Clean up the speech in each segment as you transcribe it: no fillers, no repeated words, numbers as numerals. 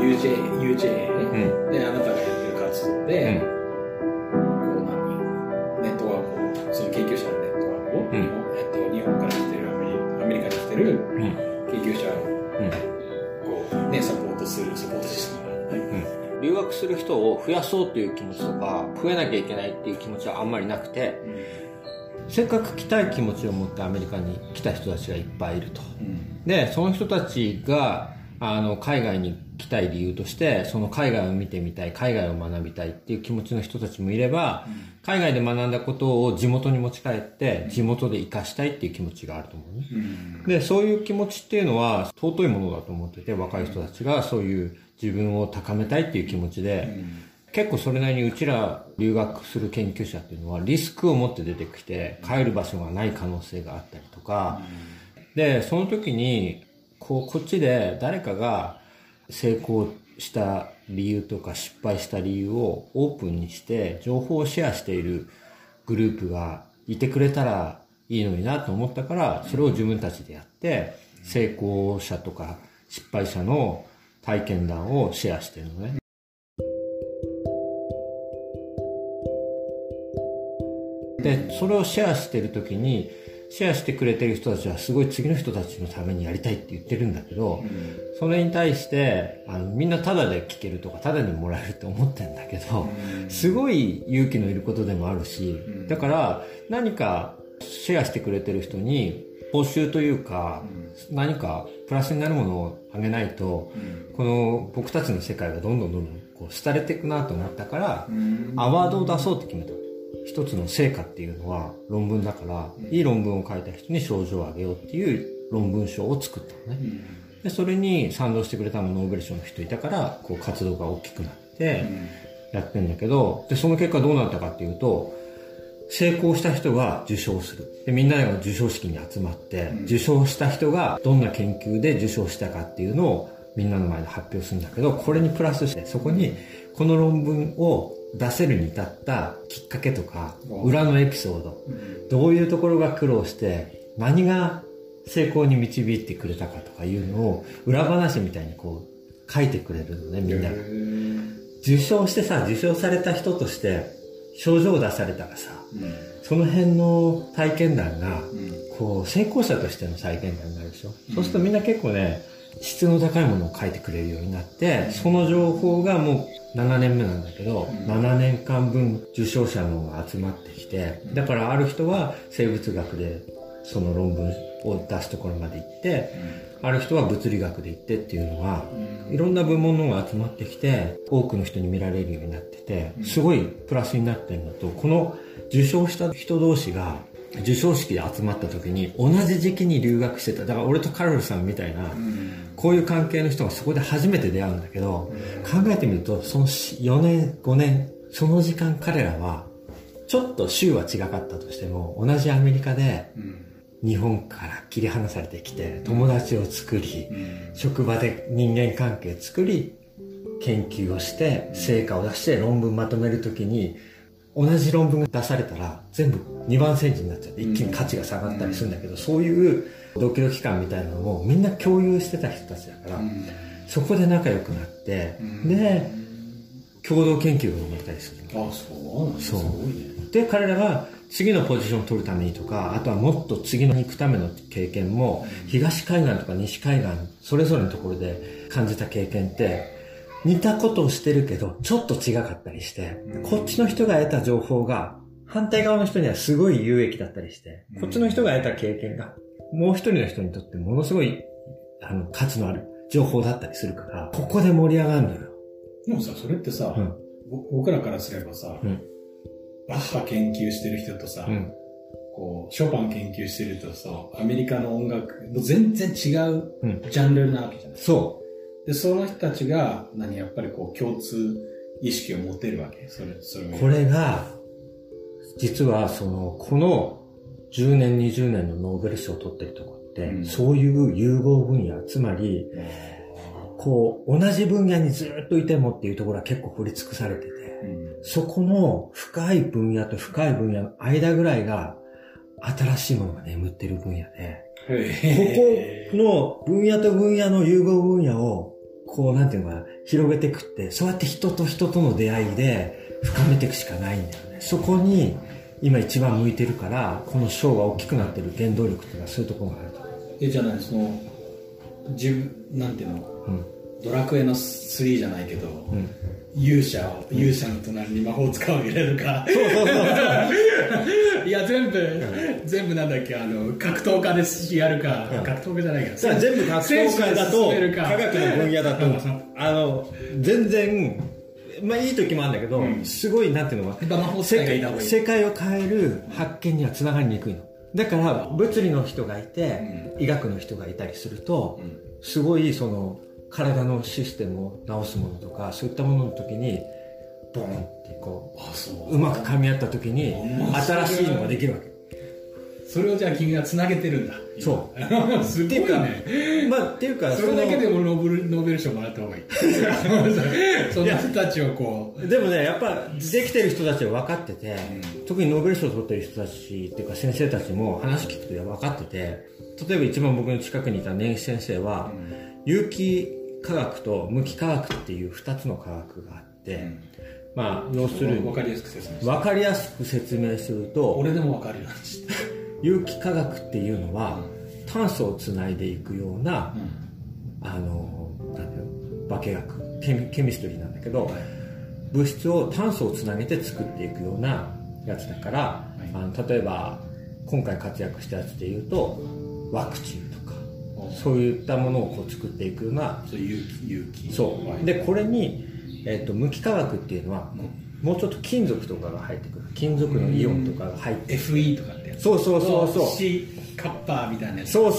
UJ であなたがやってる活動で、ネットワークを、その研究者のネットワークを、日本から来てるアメリカに来てる研究者を、サポートシステムがあるね。 留学する人を増やそうという気持ちとか、増えなきゃいけないっていう気持ちはあんまりなくて、せっかく来たい気持ちを持ってアメリカに来た人たちがいっぱいいると。で、その人たちが、海外に来たい理由として、その海外を見てみたい、海外を学びたいっていう気持ちの人たちもいれば、海外で学んだことを地元に持ち帰って、地元で活かしたいっていう気持ちがあると思うね。で、そういう気持ちっていうのは尊いものだと思ってて、若い人たちがそういう自分を高めたいっていう気持ちで、結構それなりにうちら留学する研究者っていうのはリスクを持って出てきて、帰る場所がない可能性があったりとか、で、その時に、こっちで誰かが成功した理由とか失敗した理由をオープンにして情報をシェアしているグループがいてくれたらいいのになと思ったから、それを自分たちでやって、成功者とか失敗者の体験談をシェアしてるのね。で、それをシェアしてる時に、シェアしてくれてる人たちはすごい次の人たちのためにやりたいって言ってるんだけど、それに対してみんなタダで聞けるとかタダでもらえるって思ってんだけど、すごい勇気のいることでもあるし、だから何かシェアしてくれてる人に報酬というか、何かプラスになるものをあげないと、この僕たちの世界がどんどんこう廃れていくなと思ったから、アワードを出そうって決めた。一つの成果っていうのは論文だから、いい論文を書いた人に賞状をあげようっていう論文賞を作ったのね。で、それに賛同してくれたノーベル賞の人いたから、こう活動が大きくなってやってんだけど、で、その結果どうなったかっていうと、成功した人が受賞する。で、みんなが受賞式に集まって、受賞した人がどんな研究で受賞したかっていうのをみんなの前で発表するんだけど、これにプラスして、そこにこの論文を出せるに至ったきっかけとか、裏のエピソード、どういうところが苦労して、何が成功に導いてくれたかとかいうのを、裏話みたいにこう、書いてくれるのね、みんなが。受賞してさ、受賞された人として、賞状を出されたらさ、その辺の体験談が、こう、成功者としての体験談になるでしょ。そうするとみんな結構ね、質の高いものを書いてくれるようになって、その情報がもう7年目なんだけど、7年間分受賞者のが集まってきて、だからある人は生物学でその論文を出すところまで行って、ある人は物理学で行ってっていうのが、いろんな部門のが集まってきて、多くの人に見られるようになってて、すごいプラスになってるのと、この受賞した人同士が、授賞式で集まった時に同じ時期に留学してた。だから俺とカロルさんみたいな、こういう関係の人がそこで初めて出会うんだけど、考えてみると、その4年、5年、その時間彼らは、ちょっと州は違かったとしても、同じアメリカで、日本から切り離されてきて、友達を作り、職場で人間関係作り、研究をして、成果を出して論文まとめるときに、同じ論文が出されたら全部二番煎じになっちゃって一気に価値が下がったりするんだけど、そういうドキドキ感みたいなのをみんな共有してた人たちだから、そこで仲良くなって、で共同研究が生まれたりする。 あ、そうなんですね。すごいね。 で彼らが次のポジションを取るためにとか、あとはもっと次のに行くための経験も、東海岸とか西海岸それぞれのところで感じた経験って似たことをしてるけど、ちょっと違かったりして、こっちの人が得た情報が、反対側の人にはすごい有益だったりして、こっちの人が得た経験が、もう一人の人にとってものすごい、価値のある情報だったりするから、ここで盛り上がるのよ。 でもさ、それってさ、僕らからすればさ、バッハ研究してる人とさ、こう、ショパン研究してる人とさ、アメリカの音楽、全然違うジャンルなわけじゃない。 そう。 で、その人たちが、やっぱりこう、共通意識を持てるわけ。 これが、実は、この10年、20年のノーベル賞を取ってるとこって、そういう融合分野、つまり、こう、同じ分野にずっといてもっていうところは結構掘り尽くされてて、そこの深い分野と深い分野の間ぐらいが、新しいものが眠ってる分野で、ここの分野と分野の融合分野をこうなんていうのかな、広げていくって、そうやって人と人との出会いで深めていくしかないんだよね。そこに今一番向いてるから、このショーが大きくなってる原動力っていうのはそういうところがあると思う。 じゃない、その自分なんていうの、ドラクエの3じゃないけど、勇者の隣に魔法を使うわけれるか。そういや全部なんだっけ、格闘家でやるか、格闘家じゃないけど、 全部格闘家だと科学の分野だと全然まあいい時もあるんだけど、すごいなんていうのか、世界を変える発見にはつながりにくいの。だから物理の人がいて、医学の人がいたりすると、すごいその体のシステムを直すものとか、そういったものの時にボーンってこううまく噛み合った時に新しいのができるわけ。 それをじゃあ君がつなげてるんだ。 そうすごいね。 まあっていうか、 それだけでもノーベル賞もらった方がいい。そんな人たちをこう。 でもね、やっぱできてる人たちは分かってて、特にノーベル賞を取ってる人たちっていうか先生たちも話聞くと分かってて、例えば一番僕の近くにいた根岸先生は、有機化学と無機化学っていう2つの化学があって、まあ要するに分かりやすく説明すると、俺でも分かるようにして。 有機化学っていうのは、炭素をつないでいくような、なんていうの、化学ケミストリーなんだけど、物質を炭素をつなげて作っていくようなやつだから、例えば今回活躍したやつでいうとワクチンとか、そういったものをこう作っていくような、 有機そうで、これに、無機化学っていうのは、もうちょっと金属とかが入ってくる、金属のイオンとかが入って FE とかってやつ、 そう C カッパーみたいなやつ、 そう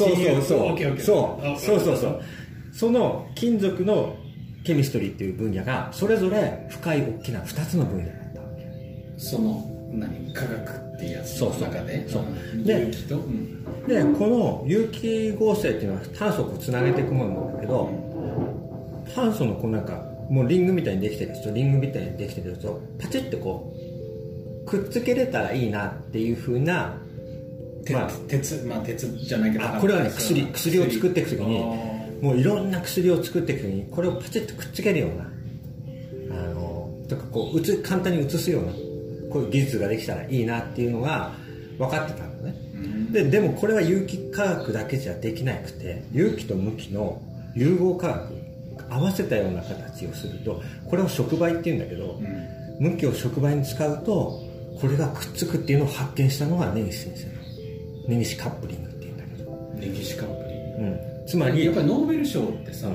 その金属のケミストリーっていう分野がそれぞれ深い大きな2つの分野だったわけ。 その化学っていうやつの中で、 で有機と、 でこの有機合成っていうのは炭素をつなげていくものなんだけど、炭素のこうなんかもうリングみたいにできてる人、リングみたいにできてる人、パチッてこうくっつけれたらいいなっていう風な、 鉄じゃないけど、 これはね、薬を作っていくときに、もういろんな薬を作っていくときにこれをパチッとくっつけるような、とかこう簡単に移すようなこういう技術ができたらいいなっていうのが分かってたんだね。でもこれは有機化学だけじゃできなくて、有機と無機の融合化学合わせたような形をすると、これを触媒っていうんだけど、無機を触媒に使うとこれがくっつくっていうのを発見したのが根岸先生の根岸カップリングっていうんだけど、 根岸カップリング、 つまりやっぱりノーベル賞ってさ、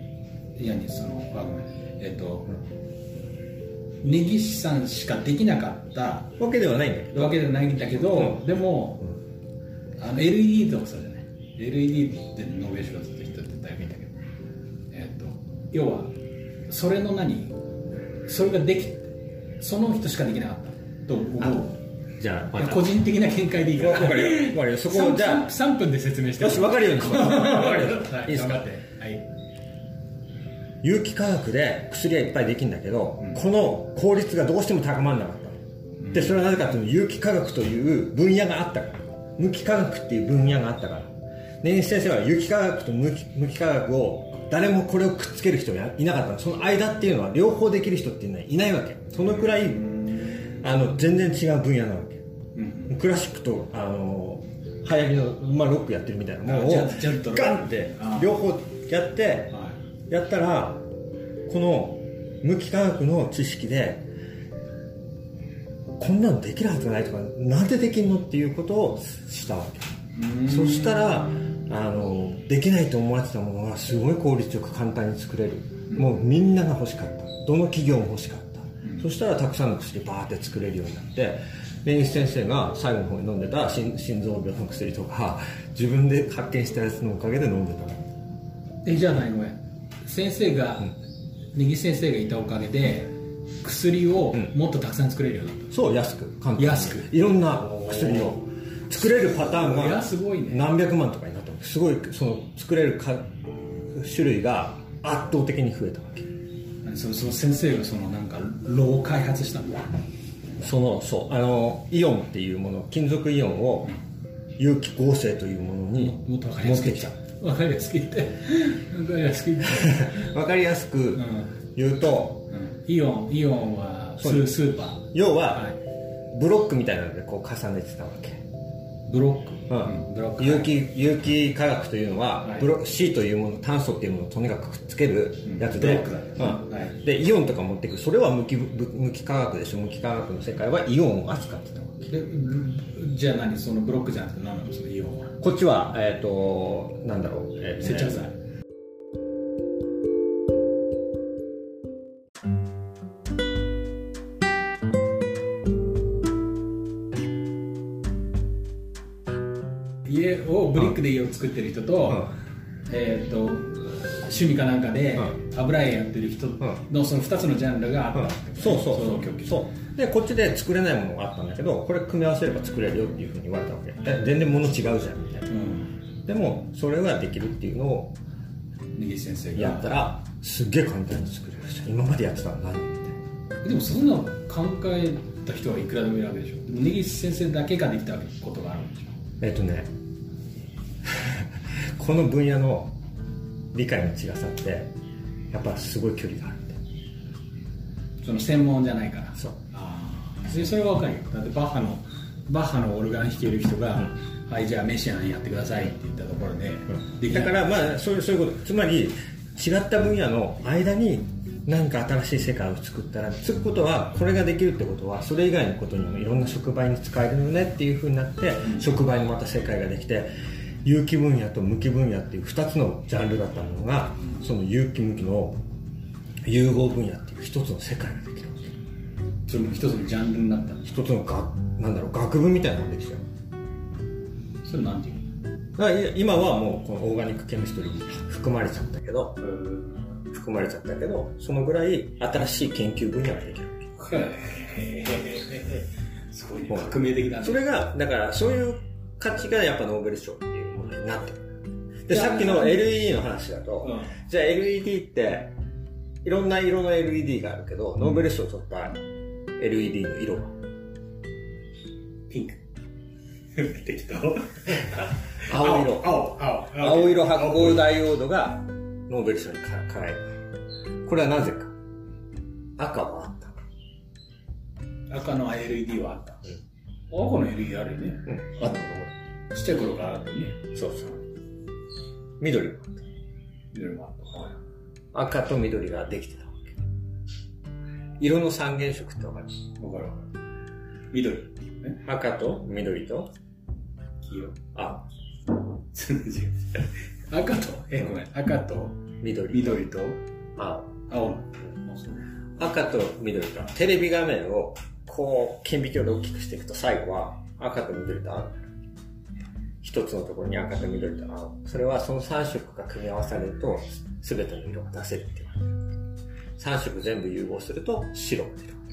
根岸さんしかできなかったわけではないんだけど、 でも、LED とかそうじゃない、 LED ってノーベル賞を取った人ってだいぶいたけど、要はそれができて、その人しかできなかったと思う。 じゃあ個人的な見解でいいから、 分かるよそこをじゃあ 3分で説明して、 よし、分かるようにしますいいですか。 有機化学で薬はいっぱいできるんだけど、この効率がどうしても高まらなかった、でそれはなぜかというと、有機化学という分野があったから、無機化学っていう分野があったから。根岸先生は有機化学と無機化学を、誰もこれをくっつける人がいなかったの。その間っていうのは両方できる人っていうのはいないわけ。そのくらい全然違う分野なわけ。クラシックと流行りの、ロックやってるみたいなものをガンって両方やったら、この無機化学の知識でこんなのできるはずがないとか、なんでできんのっていうことをしたわけ。そしたらできないと思われてたものがすごい効率よく簡単に作れる。もうみんなが欲しかった、どの企業も欲しかった。そしたらたくさんの薬バーって作れるようになって、根岸先生が最後の方に飲んでた心臓病の薬とか、自分で発見したやつのおかげで飲んでた。 じゃあごめん、先生が、根岸先生がいたおかげで薬をもっとたくさん作れるようになった。 そう、安く簡単にいろんな薬を作れるパターンが何百万とかになった。すごい、その作れる種類が圧倒的に増えたわけ。 その先生が炉を開発したんだ。 イオンっていうもの、金属イオンを有機合成というものに持ってきた。 わかりやすく言って。わかりやすく言って。 わかりやすく言うと、 イオンはスーパー。 要は、ブロックみたいなのでこう重ねてたわけ。 ブロック、 ブロック、有機化学というのは、C というもの、炭素っていうものをとにかくくっつけるやつで、でイオンとか持ってくる、それは無機化学でしょ。無機化学の世界はイオンを扱ってたわけで。じゃあ何、そのブロックじゃなくて何なの、そのイオンは。 こっちはなんだろう、 接着剤。家をブリックで家を作ってる人と、趣味かなんかで油絵やってる人のその2つのジャンルがあった。 そうで、こっちで作れないものがあったんだけど、これ組み合わせれば作れるよっていうふうに言われたわけ。全然物違うじゃんみたいな、でもそれができるっていうのを根岸先生がやったらすっげえ簡単に作れるじゃん。今までやってたの何みたいな。 でもそんなの考えた人はいくらでもいるわけでしょ。でも根岸先生だけができたことがあるんでしょ。 この分野の理解の違さってやっぱすごい距離があるんだよ。 その専門じゃないから。 そう。 それは分かるよ。だってバッハのオルガン弾ける人が、はい、じゃあメシアンやってくださいって言ったところで、 だからまあそういうこと、つまり違った分野の間に何か新しい世界を作ったら、つくことは、これができるってことはそれ以外のことにもいろんな触媒に使えるよねっていうふうになって、触媒にまた世界ができて、有機分野と無機分野っていう2つのジャンルだったものが、その有機無機の融合分野っていう1つの世界ができる。 それも1つのジャンルになったの。 1つの学部みたいなのができちゃう。 それなんていうの？今はもうこのオーガニックケミストリーに含まれちゃったけど、そのぐらい新しい研究分野ができる。 すごいね、革命的だね。 それがだからそういう価値がやっぱノーベル賞っていうものになってる。で、さっきの LED の話だと、じゃあ LED っていろんな色の LED があるけど、ノーベル賞を取った LED の色はピンク。適当。 青色発光ダイオードがノーベル賞に輝いた。これはなぜか。赤はあった。 赤の LED はあった。赤の LED あるよね。 あったと思う。 ちっちゃい頃からあったよね。 そう。緑もあった。 緑もあった。 赤と緑ができてたわけ。色の三原色ってわかる？ わかる。緑。 赤と緑と黄色。 青。 赤と、ごめん。赤と緑と青。 赤と緑とテレビ画面をこう顕微鏡で大きくしていくと、最後は赤と緑と青。一つのところに赤と緑と青。それはその3色が組み合わされると全ての色が出せるって言われる。3色全部融合すると白が出る。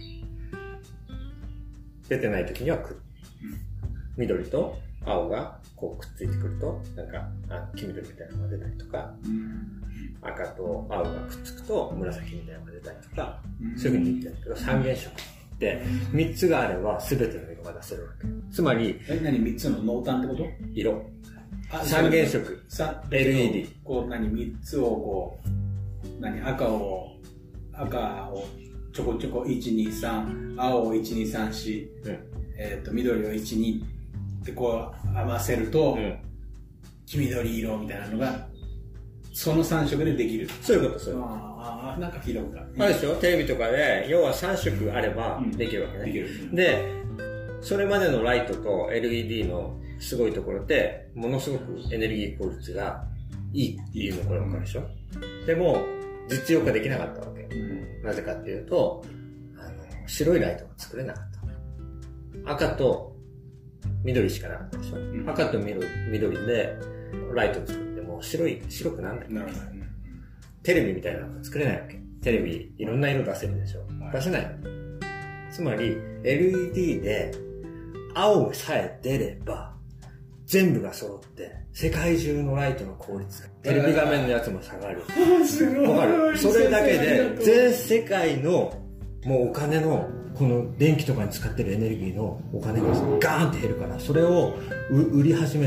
出てない時には緑と青がこうくっついてくると、なんか黄緑みたいなのが出たりとか、赤と青がくっつくと紫みたいなのが出たりとか、そういう風に言ってるんだけど、三原色って3つがあれば全ての色が出せるわけ。つまり 3つの濃淡ってこと？ 色。三原色。LED。 こう3つをこう赤をちょこちょこ1、2、3、青を1、2、3、4、緑を1、2ってこう合わせると、黄緑色みたいなのがその3色でできる。 そういうこと。 なんか聞いたことある。 あるでしょ？テレビとかで要は3色あればできるわけね。 できる。 で、それまでのライトと LED のすごいところってものすごくエネルギー効率がいいっていうのこれ分かるでしょ？でも実用化できなかったわけ。なぜかっていうと、白いライトが作れなかった。赤と緑しかなかったでしょ。赤と緑でライト作っても白くなんない。テレビみたいなのが作れないわけ。テレビいろんな色出せるでしょ。出せない。つまり LED で青さえ出れば全部が揃って世界中のライトの効率が、テレビ画面のやつも下がる。わかる？それだけで全世界のもうお金のこの電気とかに使ってるエネルギーのお金がガーンって減るから、それを売り始めたら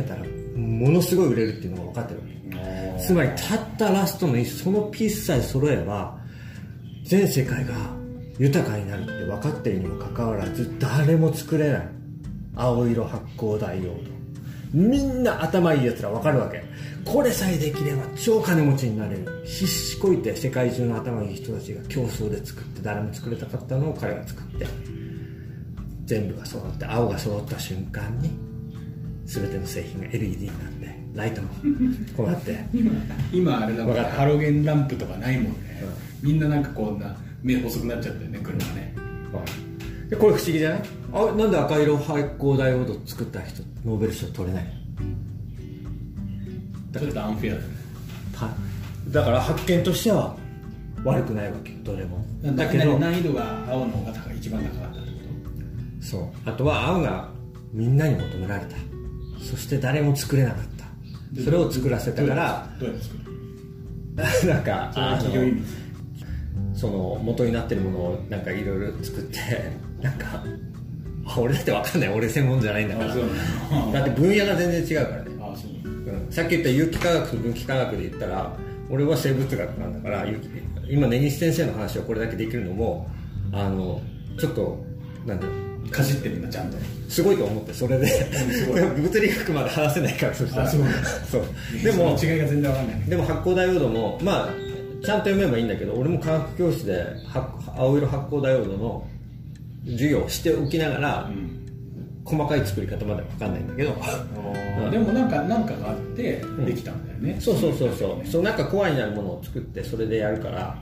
ものすごい売れるっていうのが分かってるわけ。つまりたったラストのそのピースさえ揃えば全世界が豊かになるって分かってるにもかかわらず誰も作れない。青色発光ダイオード、みんな頭いいやつら分かるわけ。これさえできれば超金持ちになれる。必死こいて世界中の頭いい人たちが競争で作って、誰も作れたかったのを彼が作って、全部が揃って青が揃った瞬間に全ての製品が LED になってライトもこうなって今あれだもんね、ハロゲンランプとかないもんね、みんななんかこんな目細くなっちゃってね、車ね。 でこれ不思議じゃない？なんで赤色発光ダイオード作った人ノーベル賞取れない？ ちょっとアンフェアだね。 だから発見としては悪くないわけ、どれも。 だけど難易度が青の方が一番高かったってこと？そう。あとは青がみんなに求められた。そして誰も作れなかった。それを作らせたから、 どうやって作る？ なんかその元になってるものをなんかいろいろ作ってなんか俺だって分かんない、俺専門じゃないんだから。だって分野が全然違うからね。さっき言った有機化学と分岐化学で言ったら俺は生物学なんだから、今根岸先生の話をこれだけできるのもちょっとなんだろう、 かじってるんだ、ちゃんとすごいと思って、それで物理学まで話せないから、そしたらそうでも違いが全然分かんない。 でも発光ダイオードもまあちゃんと読めばいいんだけど、俺も科学教室で青色発光ダイオードの授業をしておきながら、細かい作り方まで分かんないんだけどでもなんかがあってできたんだよね。 そうなんかコアになるものを作ってそれでやるから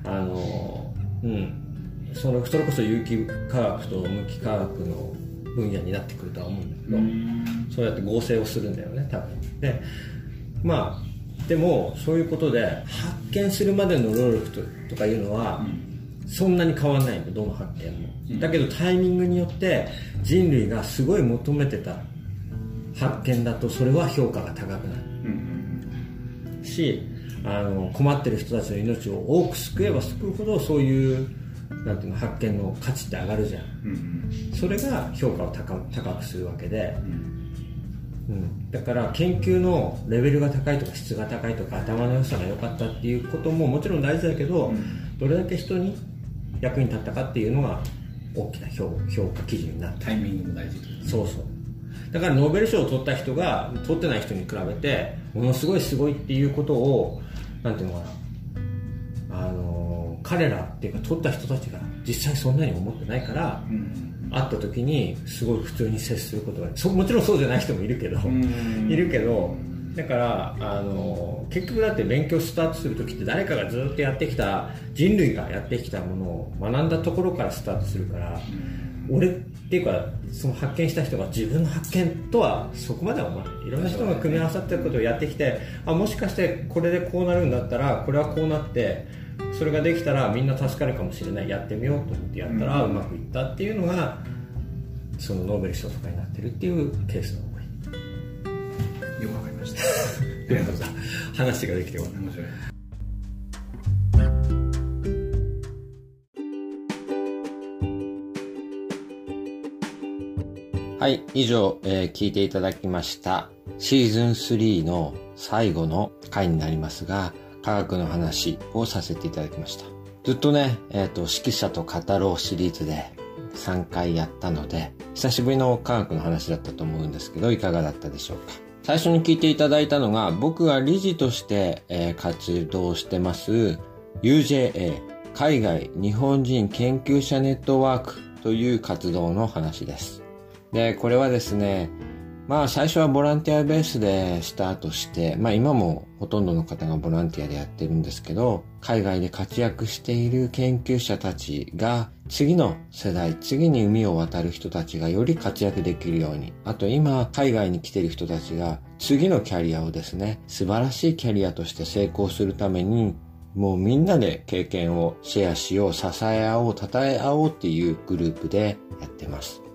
それこそ有機化学と無機化学の分野になってくるとは思うんだけど、そうやって合成をするんだよね、多分。でまあでもそういうことで発見するまでの労力とかいうのは、そんなに変わらないんだ、どの発見も。だけどタイミングによって人類がすごい求めてた発見だとそれは評価が高くなる、し困ってる人たちの命を多く救えば救うほどそういうなんていうの発見の価値って上がるじゃん、それが評価を高くするわけで、だから研究のレベルが高いとか質が高いとか頭の良さが良かったっていうことももちろん大事だけど、どれだけ人に役に立ったかっていうのが大きな評価基準になる。 タイミングも大事。 そうだからノーベル賞を取った人が取ってない人に比べてものすごいっていうことをなんていうのかな、彼らっていうか取った人たちが実際そんなに思ってないから、会った時にすごい普通に接することがもちろんそうじゃない人もいるけどだから結局だって勉強スタートする時って誰かがずっとやってきた人類がやってきたものを学んだところからスタートするから、俺っていうかその発見した人が自分の発見とはそこまでは思わない。いろんな人が組み合わさってることをやってきて、もしかしてこれでこうなるんだったらこれはこうなってそれができたらみんな助かるかもしれない、やってみようと思ってやったらうまくいったっていうのがそのノーベル賞とかになってるっていうケースの多い。 よくわかりました。ありがとうございます。 話ができて面白い。はい、以上、聞いていただきましたシーズン3の最後の回になりますが、科学の話をさせていただきました。ずっとね、指揮者と語ろうシリーズで3回やったので、久しぶりの科学の話だったと思うんですけど、いかがだったでしょうか。最初に聞いていただいたのが、僕が理事として、活動してます UJA 海外日本人研究者ネットワークという活動の話です。で、これはですね、最初はボランティアベースでスタートして、今もほとんどの方がボランティアでやってるんですけど、海外で活躍している研究者たちが次の世代、次に海を渡る人たちがより活躍できるように、あと今海外に来ている人たちが次のキャリアをですね、素晴らしいキャリアとして成功するために、もうみんなで経験をシェアしよう、支え合おう、称え合おうっていうグループでやってます。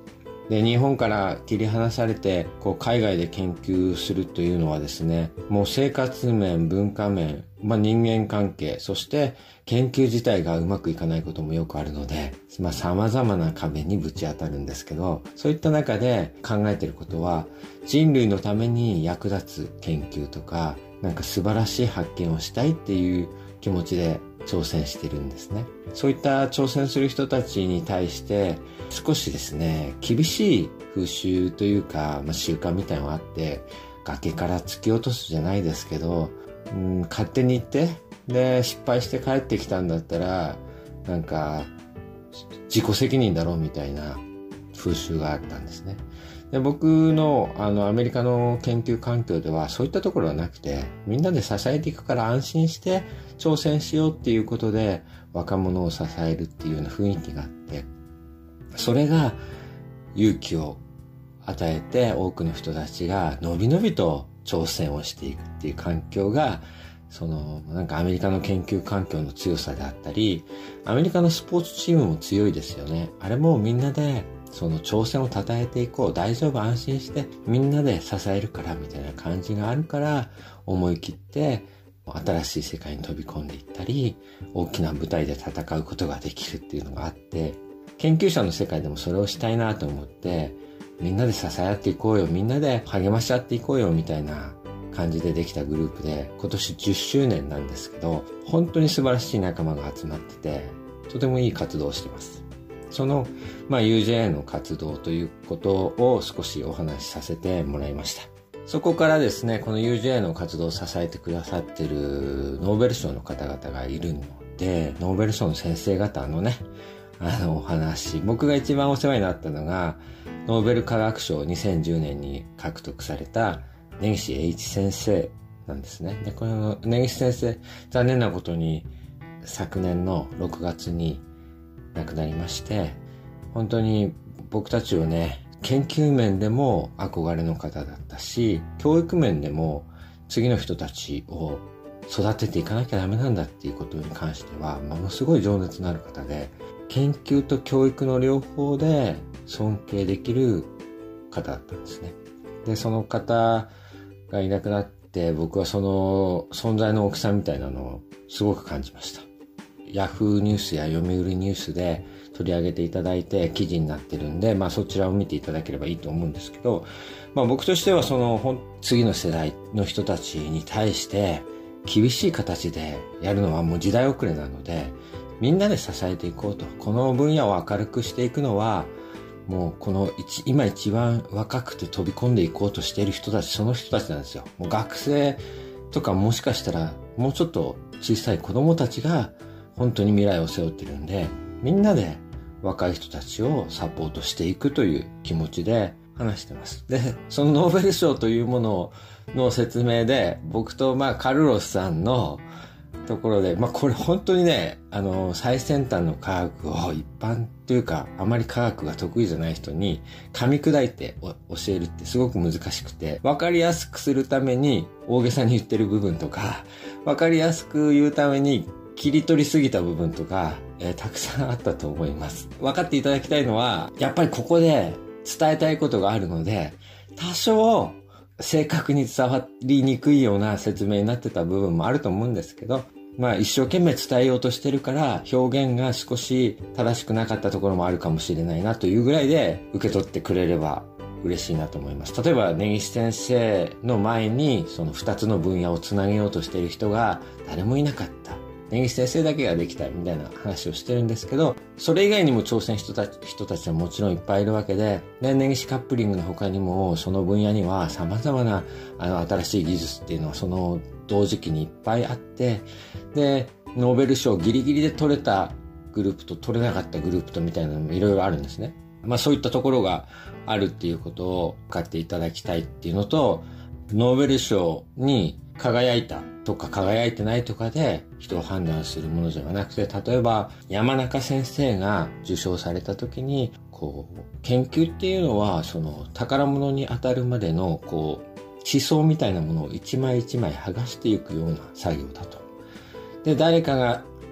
で、日本から切り離されてこう海外で研究するというのはですね、もう生活面、文化面、人間関係、そして研究自体がうまくいかないこともよくあるので、様々な壁にぶち当たるんですけど、そういった中で考えていることは、人類のために役立つ研究とか、なんか素晴らしい発見をしたいっていう気持ちで挑戦してるんですね。そういった挑戦する人たちに対して少しですね、厳しい風習というか、習慣みたいなのがあって、崖から突き落とすじゃないですけど、勝手に行ってで失敗して帰ってきたんだったらなんか自己責任だろうみたいな風習があったんですね。で、僕のアメリカの研究環境ではそういったところはなくて、みんなで支えていくから安心して挑戦しようっていうことで若者を支えるっていうような雰囲気があって、それが勇気を与えて多くの人たちがのびのびと挑戦をしていくっていう環境が、なんかアメリカの研究環境の強さであったり、アメリカのスポーツチームも強いですよね。あれもみんなでその挑戦を称えていこう、大丈夫、安心してみんなで支えるからみたいな感じがあるから、思い切って新しい世界に飛び込んでいったり、大きな舞台で戦うことができるっていうのがあって、研究者の世界でもそれをしたいなと思って、みんなで支え合っていこうよ、みんなで励まし合っていこうよみたいな感じでできたグループで、今年10周年なんですけど、本当に素晴らしい仲間が集まってて、とてもいい活動をしています。その、UJA の活動ということを少しお話しさせてもらいました。そこからですね、この UJA の活動を支えてくださっているノーベル賞の方々がいるので、ノーベル賞の先生方のね、お話、僕が一番お世話になったのが、ノーベル化学賞2010年に獲得された根岸英一先生なんですね。で、この根岸先生、残念なことに昨年の6月に亡くなりまして、本当に僕たちをね、研究面でも憧れの方だったし、教育面でも次の人たちを育てていかなきゃダメなんだっていうことに関しては、ものすごい情熱のある方で、研究と教育の両方で尊敬できる方だったんですね。で、その方がいなくなって、僕はその存在の大きさみたいなのをすごく感じました。ヤフーニュースや読売ニュースで取り上げていただいて記事になってるんで、そちらを見ていただければいいと思うんですけど、僕としては次の世代の人たちに対して厳しい形でやるのはもう時代遅れなので、みんなで支えていこうと。この分野を明るくしていくのは、もう今一番若くて飛び込んでいこうとしている人たち、その人たちなんですよ。もう学生とかもしかしたらもうちょっと小さい子供たちが本当に未来を背負ってるんで、みんなで若い人たちをサポートしていくという気持ちで話してます。で、そのノーベル賞というものの説明で、僕とカルロスさんのところで、これ本当にね、最先端の科学を一般というか、あまり科学が得意じゃない人に噛み砕いて教えるってすごく難しくて、わかりやすくするために大げさに言ってる部分とか、わかりやすく言うために切り取りすぎた部分とか、たくさんあったと思います。分かっていただきたいのは、やっぱりここで伝えたいことがあるので、多少正確に伝わりにくいような説明になってた部分もあると思うんですけど、一生懸命伝えようとしてるから表現が少し正しくなかったところもあるかもしれないなというぐらいで受け取ってくれれば嬉しいなと思います。例えば根岸先生の前にその2つの分野をつなげようとしている人が誰もいなかった。根岸先生だけができたみたいな話をしてるんですけど、それ以外にも挑戦した人たちはもちろんいっぱいいるわけで、根岸カップリングの他にもその分野には様々な新しい技術っていうのはその同時期にいっぱいあって、で、ノーベル賞ギリギリで取れたグループと取れなかったグループとみたいなのもいろいろあるんですね。そういったところがあるっていうことを分かっていただきたいっていうのと、ノーベル賞に輝いたとか輝いてないとかで人を判断するものではなくて、例えば山中先生が受賞された時に、研究っていうのはその宝物に当たるまでの地層みたいなものを一枚一枚剥がしていくような作業だと。で、誰かが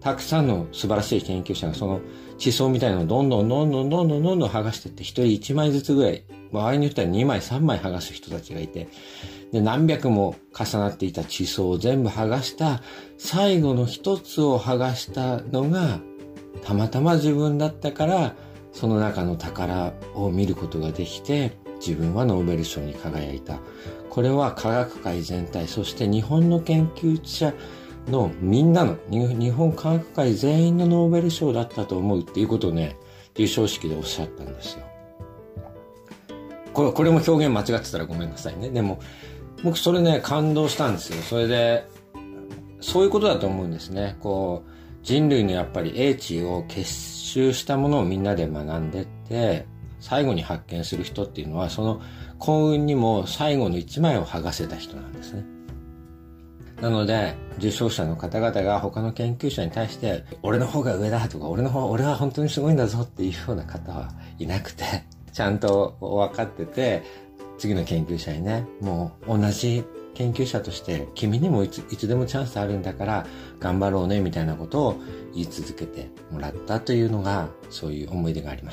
たくさんの素晴らしい研究者がその地層みたいなのをどんどん剥がしていって、一人1枚ずつぐらい、場合によっては2枚3枚剥がす人たちがいて、で何百も重なっていた地層を全部剥がした最後の一つを剥がしたのがたまたま自分だったから、その中の宝を見ることができて、自分はノーベル賞に輝いた。これは科学界全体、そして日本の研究者のみんなの、日本科学界全員のノーベル賞だったと思うっていうことをね、授賞式でおっしゃったんですよ。これも表現間違ってたらごめんなさいね。でも、僕それね、感動したんですよ。それで、そういうことだと思うんですね。人類のやっぱり英知を結集したものをみんなで学んでって、最後に発見する人っていうのは、その幸運にも最後の一枚を剥がせた人なんですね。なので、受賞者の方々が他の研究者に対して、俺の方が上だとか、俺は本当にすごいんだぞっていうような方はいなくて、ちゃんと分かってて、次の研究者にね、もう同じ研究者として君にもいつでもチャンスあるんだから頑張ろうねみたいなことを言い続けてもらったというのが、そういう思い出があります。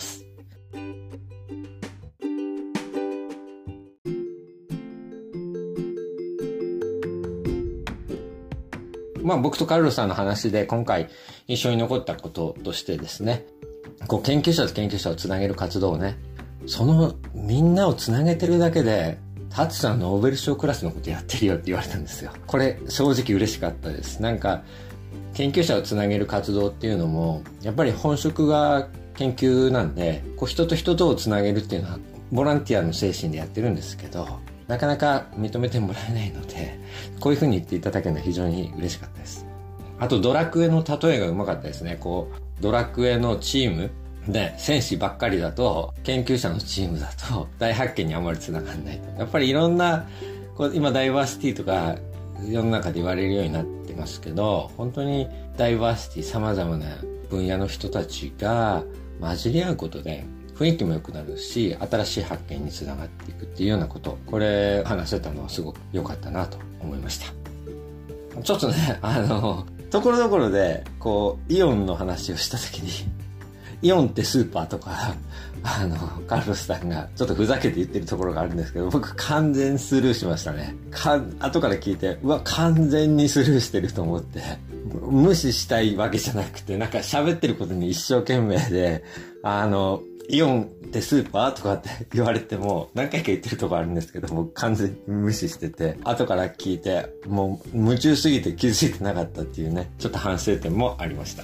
僕とカルロスさんの話で今回印象に残ったこととしてですね、研究者と研究者をつなげる活動をね、そのみんなをつなげてるだけで、タツさんノーベル賞クラスのことやってるよって言われたんですよ。これ正直嬉しかったです。なんか研究者をつなげる活動っていうのもやっぱり本職が研究なんで、人と人とをつなげるっていうのはボランティアの精神でやってるんですけど、なかなか認めてもらえないので、こういう風に言っていただけるのは非常に嬉しかったです。あとドラクエの例えがうまかったですね。ドラクエのチームで戦士ばっかりだと、研究者のチームだと大発見にあまりつながらないと。やっぱりいろんな今ダイバーシティとか世の中で言われるようになってますけど、本当にダイバーシティ、様々な分野の人たちが混じり合うことで雰囲気も良くなるし、新しい発見につながっていくっていうようなこと、これ話せたのはすごく良かったなと思いました。ちょっとね、ところどころでイオンの話をした時にイオンってスーパーとかカルロスさんがちょっとふざけて言ってるところがあるんですけど、僕完全スルーしましたね。後から聞いて、完全にスルーしてると思って、無視したいわけじゃなくて、なんか喋ってることに一生懸命で、イオンってスーパーとかって言われても何回か言ってるとこあるんですけど、もう完全に無視してて、後から聞いてもう夢中すぎて気づいてなかったっていうね、ちょっと反省点もありました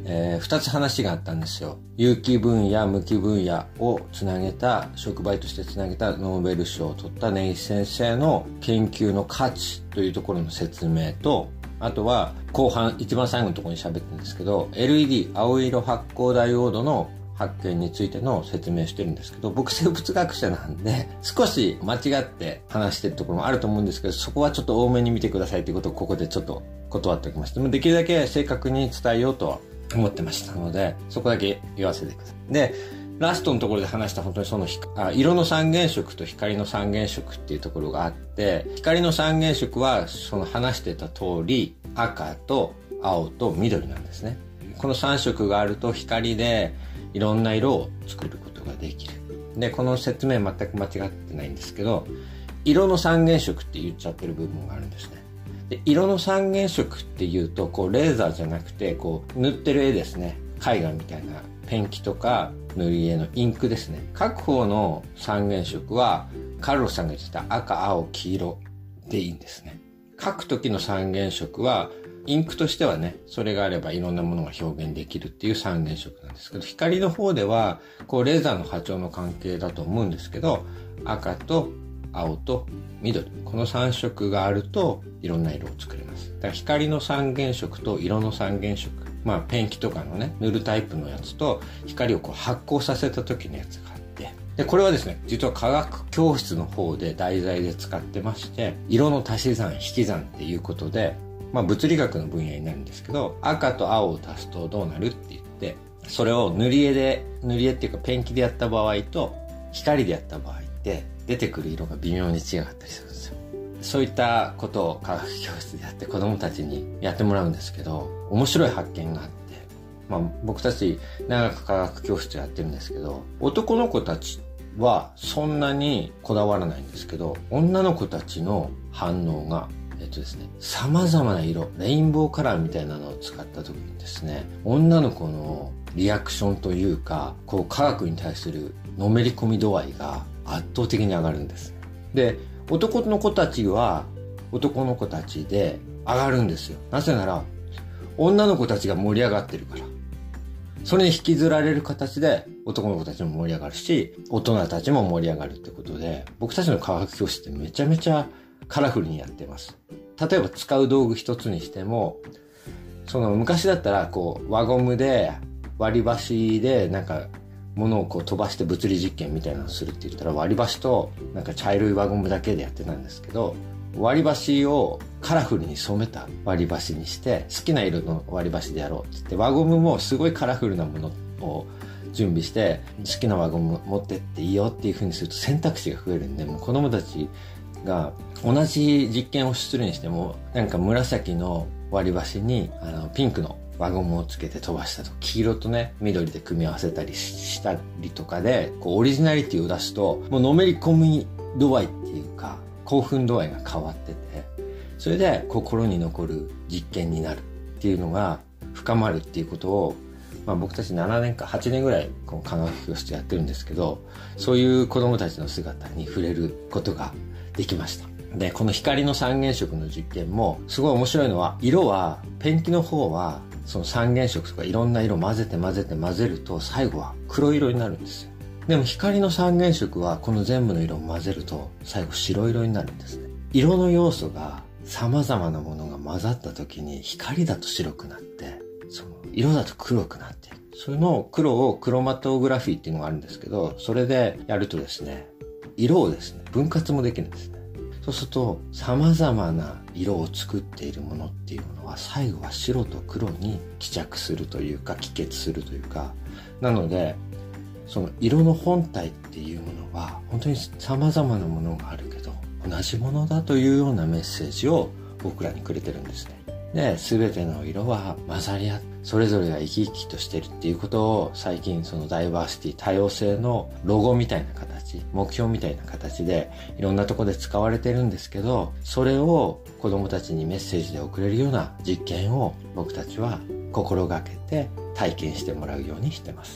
。2つ話があったんですよ。有機分野無機分野をつなげた、触媒としてつなげたノーベル賞を取った根岸先生の研究の価値というところの説明と、あとは後半一番最後のところに喋ってるんですけど、 LED 青色発光ダイオードの発見についての説明してるんですけど、僕生物学者なんで少し間違って話してるところもあると思うんですけど、そこはちょっと多めに見てくださいということをここでちょっと断っておきました。できるだけ正確に伝えようとは思ってましたので、そこだけ言わせてください。で、ラストのところで話した本当にその色の三原色と光の三原色っていうところがあって、光の三原色はその話してた通り赤と青と緑なんですね。この3色があると光でいろんな色を作ることができる。で、この説明全く間違ってないんですけど、色の三原色って言っちゃってる部分があるんですね。で、色の三原色っていうとレーザーじゃなくて塗ってる絵ですね。絵画みたいなペンキとか塗り絵のインクですね。各方の三原色はカルロスさんが言ってた赤、青、黄色でいいんですね。書く時の三原色はインクとしてはね、それがあればいろんなものが表現できるっていう三原色なんですけど、光の方ではレーザーの波長の関係だと思うんですけど、赤と青と緑、この3色があるといろんな色を作れます。だから光の三原色と色の三原色、ペンキとかのね、塗るタイプのやつと光を発光させた時のやつがあって、でこれはですね、実は科学教室の方で題材で使ってまして、色の足し算引き算っていうことで、物理学の分野になるんですけど、赤と青を足すとどうなるって言って、それを塗り絵っていうかペンキでやった場合と光でやった場合って出てくる色が微妙に違かったりするんですよ。そういったことを科学教室でやって子供たちにやってもらうんですけど、面白い発見があって、 僕たち長く科学教室やってるんですけど、男の子たちはそんなにこだわらないんですけど、女の子たちの反応が様々な色、レインボーカラーみたいなのを使った時にですね、女の子のリアクションというか、科学に対するのめり込み度合いが圧倒的に上がるんです。で、男の子たちは男の子たちで上がるんですよ。なぜなら女の子たちが盛り上がってるから。それに引きずられる形で男の子たちも盛り上がるし、大人たちも盛り上がるってことで、僕たちの科学教室ってめちゃめちゃカラフルにやってます。例えば使う道具一つにしても、昔だったら輪ゴムで割り箸で物を飛ばして物理実験みたいなのをするって言ったら、割り箸と茶色い輪ゴムだけでやってたんですけど、割り箸をカラフルに染めた割り箸にして好きな色の割り箸でやろうって言って、輪ゴムもすごいカラフルなものを準備して好きな輪ゴム持ってっていいよっていう風にすると選択肢が増えるんで、もう子供たちが同じ実験をするにしても紫の割り箸にピンクの輪ゴムをつけて飛ばしたと、黄色とね緑で組み合わせたりしたりとかでオリジナリティを出すと、もうのめり込み度合いっていうか興奮度合いが変わってて、それで心に残る実験になるっていうのが深まるっていうことを、僕たち7年か8年ぐらい科学教室やってるんですけど、そういう子供たちの姿に触れることができました。で、この光の三原色の実験もすごい面白いのは、色はペンキの方はその三原色とかいろんな色混ぜると最後は黒色になるんですよ。でも光の三原色はこの全部の色を混ぜると最後白色になるんですね。色の要素が様々なものが混ざった時に、光だと白くなって、色だと黒くなっている。その黒をクロマトグラフィーっていうのがあるんですけど、それでやるとですね、色をですね分割もできるんですね。そうすると様々な色を作っているものっていうものは最後は白と黒に帰着するというか帰結するというか、なのでその色の本体っていうものは本当に様々なものがあるけど同じものだというようなメッセージを僕らにくれてるんですね。で、全ての色は混ざり合って、それぞれが生き生きとしてるっていうことを最近ダイバーシティ、多様性のロゴみたいな形、目標みたいな形でいろんなところで使われてるんですけど、それを子供たちにメッセージで送れるような実験を僕たちは心がけて体験してもらうようにしてます。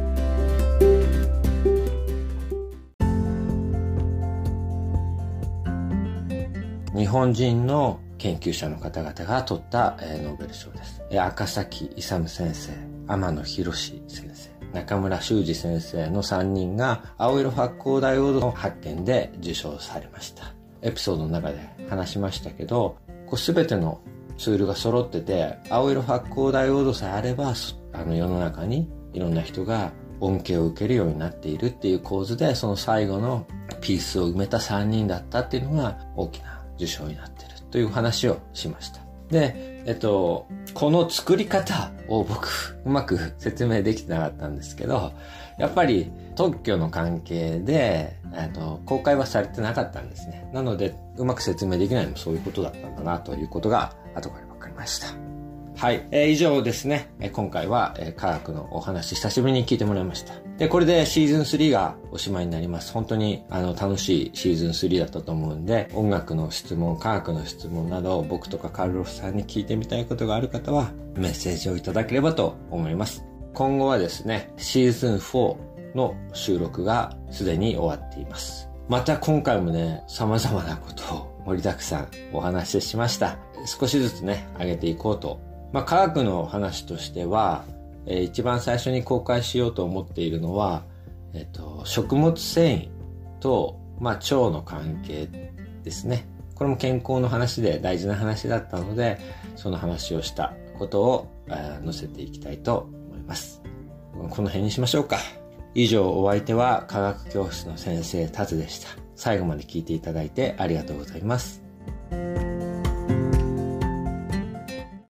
日本人の研究者の方々が取ったノーベル賞です。赤崎勇先生、天野博先生、中村修二先生の3人が青色発光ダイオードの発見で受賞されました。エピソードの中で話しましたけど、全てのツールが揃ってて、青色発光ダイオードさえあれば世の中にいろんな人が恩恵を受けるようになっているっていう構図で、その最後のピースを埋めた3人だったっていうのが大きな受賞になっているという話をしました。で、この作り方を僕うまく説明できてなかったんですけど、やっぱり特許の関係で公開はされてなかったんですね。なのでうまく説明できないのもそういうことだったんだなということが後から分かりました。はい、以上ですね。今回は科学のお話久しぶりに聞いてもらいました。で、これでシーズン3がおしまいになります。本当に楽しいシーズン3だったと思うんで、音楽の質問、科学の質問など僕とかカルロスさんに聞いてみたいことがある方はメッセージをいただければと思います。今後はですね、シーズン4の収録がすでに終わっています。また今回もね、様々なことを盛りだくさんお話ししました。少しずつね、上げていこうと。科学の話としては、一番最初に公開しようと思っているのは、食物繊維と、腸の関係ですね。これも健康の話で大事な話だったので、その話をしたことを載せていきたいと思います。この辺にしましょうか。以上、お相手は科学教室の先生タズでした。最後まで聞いていただいてありがとうございます。